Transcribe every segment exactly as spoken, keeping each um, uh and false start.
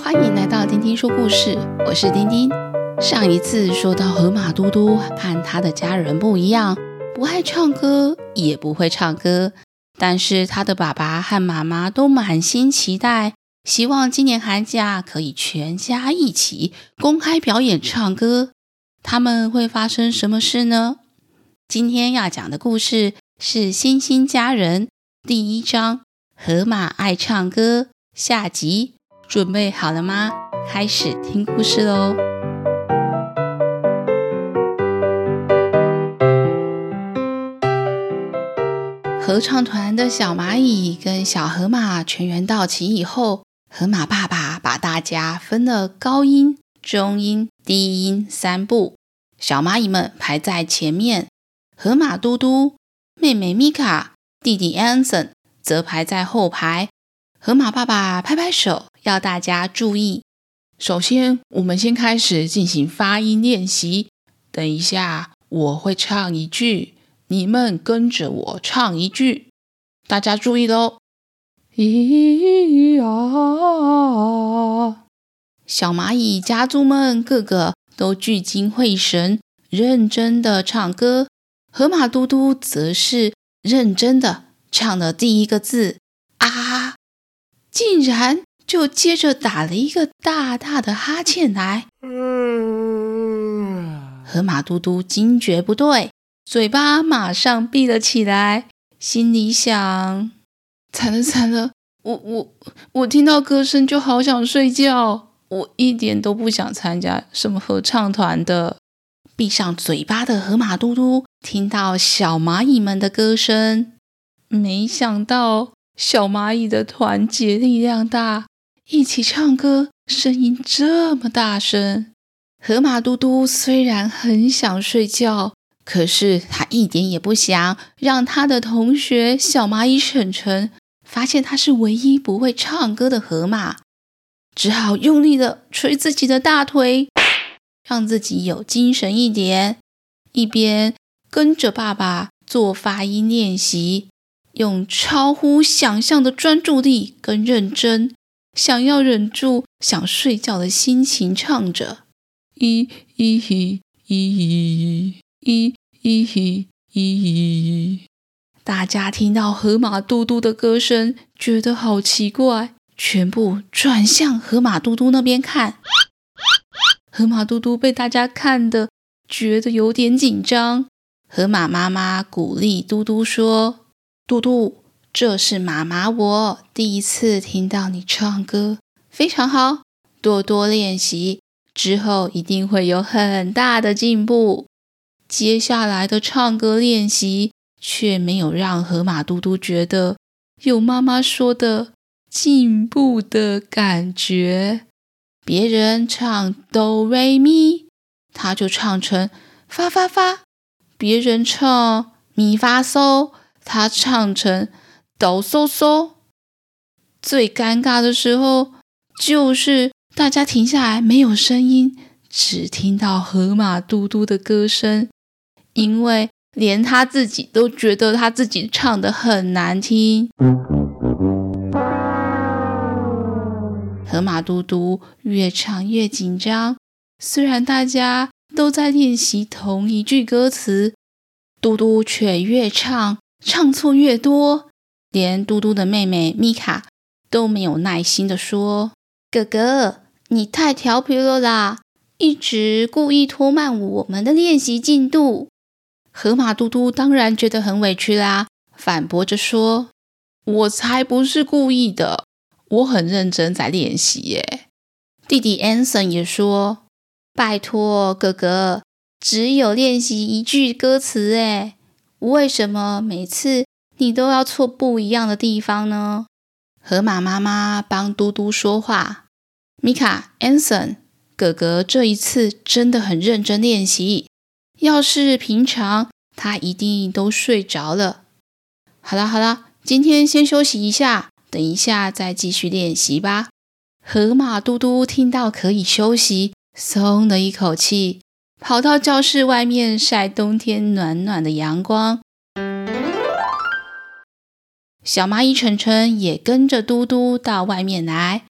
欢迎来到丁丁说故事，我是丁丁。上一次说到河马嘟嘟和他的家人不一样，不爱唱歌，也不会唱歌，但是他的爸爸和妈妈都满心期待，希望今年寒假可以全家一起公开表演唱歌。他们会发生什么事呢？今天要讲的故事是星星家人第一章，河马爱唱歌下集。准备好了吗？开始听故事咯。合唱团的小蚂蚁跟小河马全员到齐以后，河马爸爸把大家分了高音、中音、低音三部，小蚂蚁们排在前面，河马嘟嘟、妹妹米卡、弟弟安森则排在后排。河马爸爸拍拍手，要大家注意。首先，我们先开始进行发音练习。等一下，我会唱一句，你们跟着我唱一句。大家注意咯。咿呀！小蚂蚁家族们个个都聚精会神，认真的唱歌。河马嘟嘟则是认真的唱了第一个字啊，竟然就接着打了一个大大的哈欠来。河马嘟嘟惊觉不对，嘴巴马上闭了起来，心里想：惨了惨了，我我我听到歌声就好想睡觉，我一点都不想参加什么合唱团的。闭上嘴巴的河马嘟嘟听到小蚂蚁们的歌声，没想到小蚂蚁的团结力量大，一起唱歌，声音这么大声。河马嘟嘟虽然很想睡觉，可是他一点也不想让他的同学小蚂蚁晨晨发现他是唯一不会唱歌的河马，只好用力的捶自己的大腿，让自己有精神一点，一边跟着爸爸做发音练习，用超乎想象的专注力跟认真，想要忍住想睡觉的心情唱着一一一一一一一。大家听到河马嘟嘟的歌声，觉得好奇怪，全部转向河马嘟嘟那边看。河马嘟嘟被大家看得觉得有点紧张。河马妈妈鼓励嘟嘟说：嘟嘟，这是妈妈我第一次听到你唱歌，非常好，多多练习，之后一定会有很大的进步。接下来的唱歌练习却没有让河马嘟嘟觉得有妈妈说的进步的感觉。别人唱哆瑞咪，他就唱成发发发；别人唱咪发嗦，他唱成哆嗦嗦。最尴尬的时候，就是大家停下来没有声音，只听到河马嘟嘟的歌声，因为连他自己都觉得他自己唱得很难听。河马嘟嘟越唱越紧张，虽然大家都在练习同一句歌词，嘟嘟却越唱唱错越多，连嘟嘟的妹妹米卡都没有耐心地说：哥哥，你太调皮了啦，一直故意拖慢我们的练习进度。河马嘟嘟当然觉得很委屈啦，反驳着说：我才不是故意的，我很认真在练习耶。弟弟 Anson 也说：拜托哥哥，只有练习一句歌词耶，为什么每次你都要错不一样的地方呢？河马妈妈帮嘟嘟说话：米卡 Anson， 哥哥这一次真的很认真练习，要是平常他一定都睡着了。好啦好啦，今天先休息一下，等一下再继续练习吧。河马嘟嘟听到可以休息，松了一口气，跑到教室外面晒冬天暖暖的阳光。小蚂蚁晨晨也跟着嘟嘟到外面来。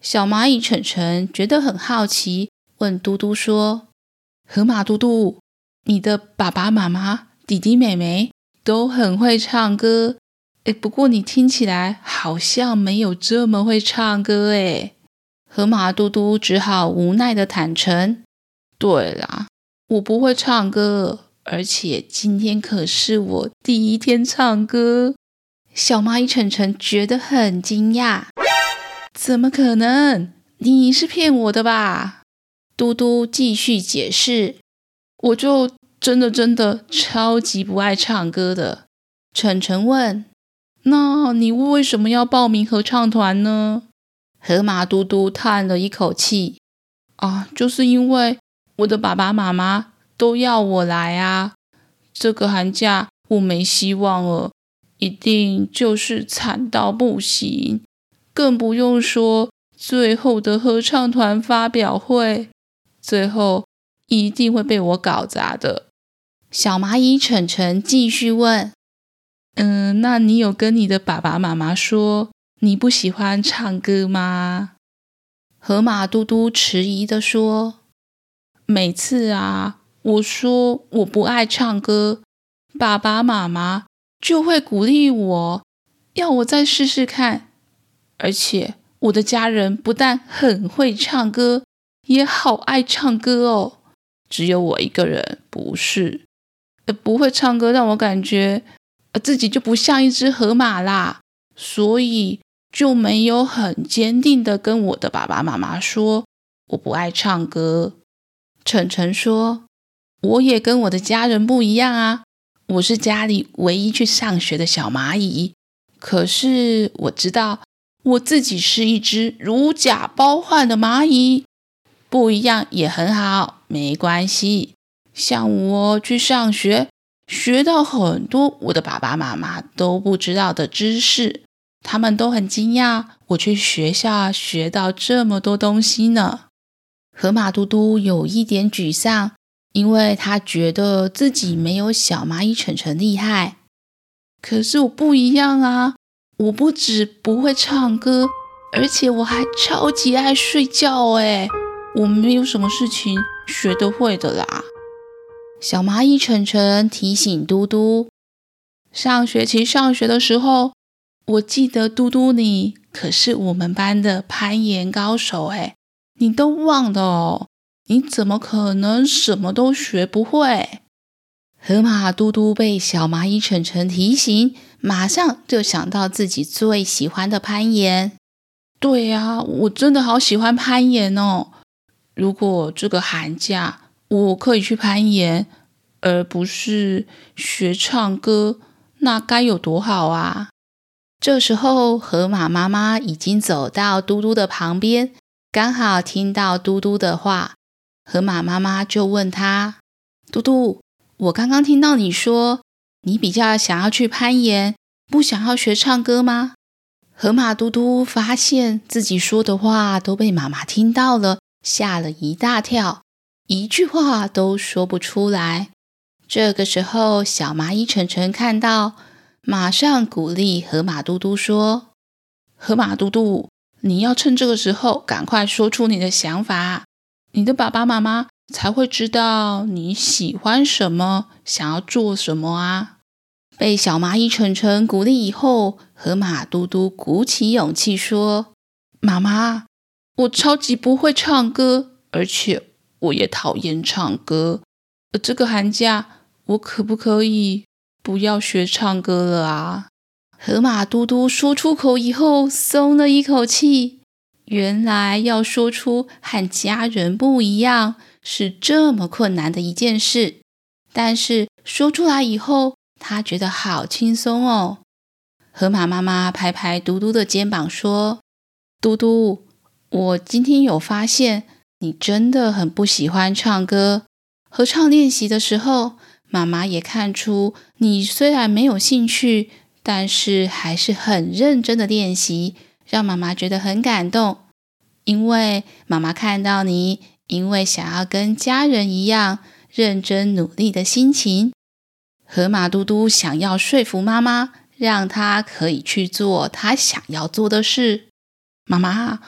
小蚂蚁晨晨觉得很好奇，问嘟嘟说：河马嘟嘟，你的爸爸妈妈、弟弟妹妹都很会唱歌，诶，不过你听起来好像没有这么会唱歌诶。河马嘟嘟只好无奈地坦诚：对啦，我不会唱歌，而且今天可是我第一天唱歌。小蚂蚁晨晨觉得很惊讶，怎么可能？你是骗我的吧？嘟嘟继续解释，我就真的真的超级不爱唱歌的。晨晨问，那你为什么要报名合唱团呢？河马嘟嘟叹了一口气，啊，就是因为我的爸爸妈妈都要我来啊，这个寒假我没希望了，一定就是惨到不行，更不用说最后的合唱团发表会，最后一定会被我搞砸的。小蚂蚁晨晨继续问，嗯，那你有跟你的爸爸妈妈说你不喜欢唱歌吗？河马嘟嘟迟疑地说，每次啊，我说我不爱唱歌，爸爸妈妈就会鼓励我，要我再试试看。而且我的家人不但很会唱歌，也好爱唱歌哦。只有我一个人不是，呃，不会唱歌让我感觉，呃，自己就不像一只河马啦，所以就没有很坚定的跟我的爸爸妈妈说我不爱唱歌。晨晨说，我也跟我的家人不一样啊，我是家里唯一去上学的小蚂蚁，可是我知道我自己是一只如假包换的蚂蚁，不一样也很好，没关系。像我去上学，学到很多我的爸爸妈妈都不知道的知识，他们都很惊讶我去学校学到这么多东西呢。河马嘟嘟有一点沮丧，因为他觉得自己没有小蚂蚁晨晨厉害。可是我不一样啊，我不只不会唱歌，而且我还超级爱睡觉诶，我没有什么事情学得会的啦。小蚂蚁晨晨提醒嘟嘟，上学期上学的时候，我记得嘟嘟你可是我们班的攀岩高手诶，你都忘了哦，你怎么可能什么都学不会？河马嘟嘟被小蚂蚁晨晨提醒，马上就想到自己最喜欢的攀岩。对呀，我真的好喜欢攀岩哦。如果这个寒假我可以去攀岩，而不是学唱歌，那该有多好啊！这时候，河马妈妈已经走到嘟嘟的旁边，刚好听到嘟嘟的话。河马妈妈就问他，嘟嘟，我刚刚听到你说，你比较想要去攀岩，不想要学唱歌吗？河马嘟嘟发现自己说的话都被妈妈听到了，吓了一大跳，一句话都说不出来。这个时候，小蚂蚁晨晨看到，马上鼓励河马嘟嘟说，河马嘟嘟，你要趁这个时候赶快说出你的想法，你的爸爸妈妈才会知道你喜欢什么，想要做什么啊。被小蚂蚁晨晨鼓励以后，河马嘟嘟鼓起勇气说，妈妈，我超级不会唱歌，而且我也讨厌唱歌，而这个寒假我可不可以不要学唱歌了啊？河马嘟嘟说出口以后松了一口气，原来要说出和家人不一样是这么困难的一件事，但是说出来以后他觉得好轻松哦。河马妈妈拍拍嘟嘟的肩膀说，嘟嘟，我今天有发现你真的很不喜欢唱歌，合唱练习的时候，妈妈也看出你虽然没有兴趣，但是还是很认真的练习，让妈妈觉得很感动。因为妈妈看到你因为想要跟家人一样认真努力的心情。河马嘟嘟想要说服妈妈，让她可以去做她想要做的事。妈妈，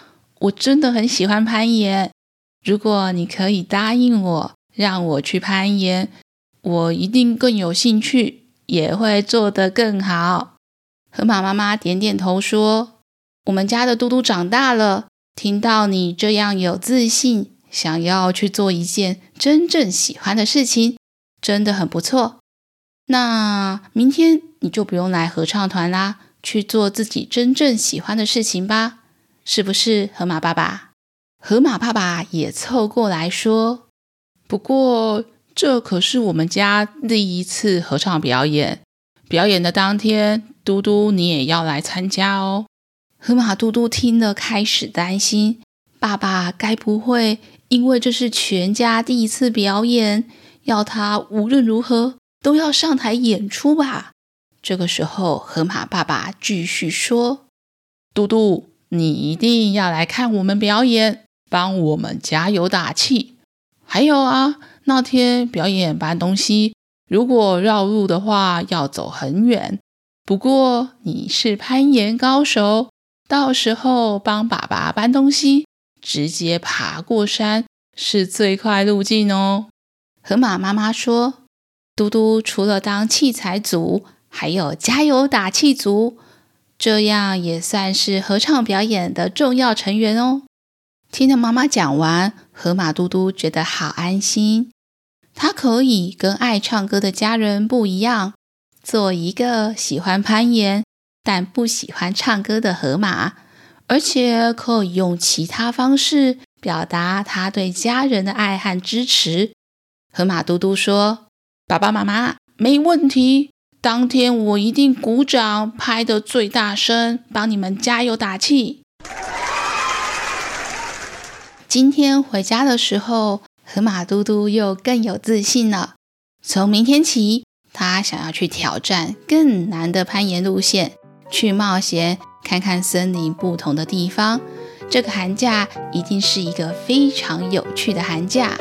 我真的很喜欢攀岩。如果你可以答应我，让我去攀岩，我一定更有兴趣，也会做得更好。河马妈妈点点头说，我们家的嘟嘟长大了，听到你这样有自信，想要去做一件真正喜欢的事情，真的很不错。那明天你就不用来合唱团啦，去做自己真正喜欢的事情吧，是不是河马爸爸？河马爸爸也凑过来说，不过这可是我们家第一次合唱表演，表演的当天，嘟嘟你也要来参加哦。河马嘟嘟听了开始担心，爸爸该不会因为这是全家第一次表演，要他无论如何都要上台演出吧？这个时候，河马爸爸继续说，嘟嘟，你一定要来看我们表演，帮我们加油打气。还有啊，那天表演搬东西，如果绕路的话要走很远，不过你是攀岩高手，到时候帮爸爸搬东西，直接爬过山是最快路径哦。河马妈妈说，嘟嘟除了当器材组，还有加油打气组，这样也算是合唱表演的重要成员哦。听了妈妈讲完，河马嘟嘟觉得好安心，他可以跟爱唱歌的家人不一样，做一个喜欢攀岩但不喜欢唱歌的河马，而且可以用其他方式表达他对家人的爱和支持。河马嘟嘟说，爸爸妈妈，没问题，当天我一定鼓掌拍得最大声，帮你们加油打气。今天回家的时候，河马嘟嘟又更有自信了。从明天起，他想要去挑战更难的攀岩路线，去冒险，看看森林不同的地方。这个寒假一定是一个非常有趣的寒假。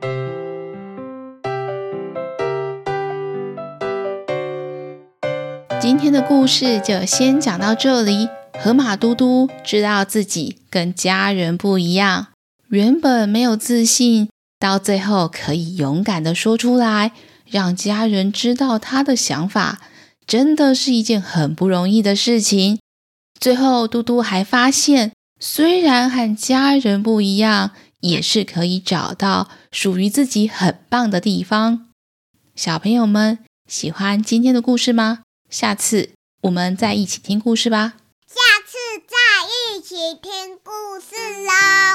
今天的故事就先讲到这里。河马嘟嘟知道自己跟家人不一样，原本没有自信，到最后可以勇敢地说出来，让家人知道他的想法，真的是一件很不容易的事情。最后嘟嘟还发现，虽然和家人不一样，也是可以找到属于自己很棒的地方。小朋友们，喜欢今天的故事吗？下次我们再一起听故事吧。 下次再一起听故事啦。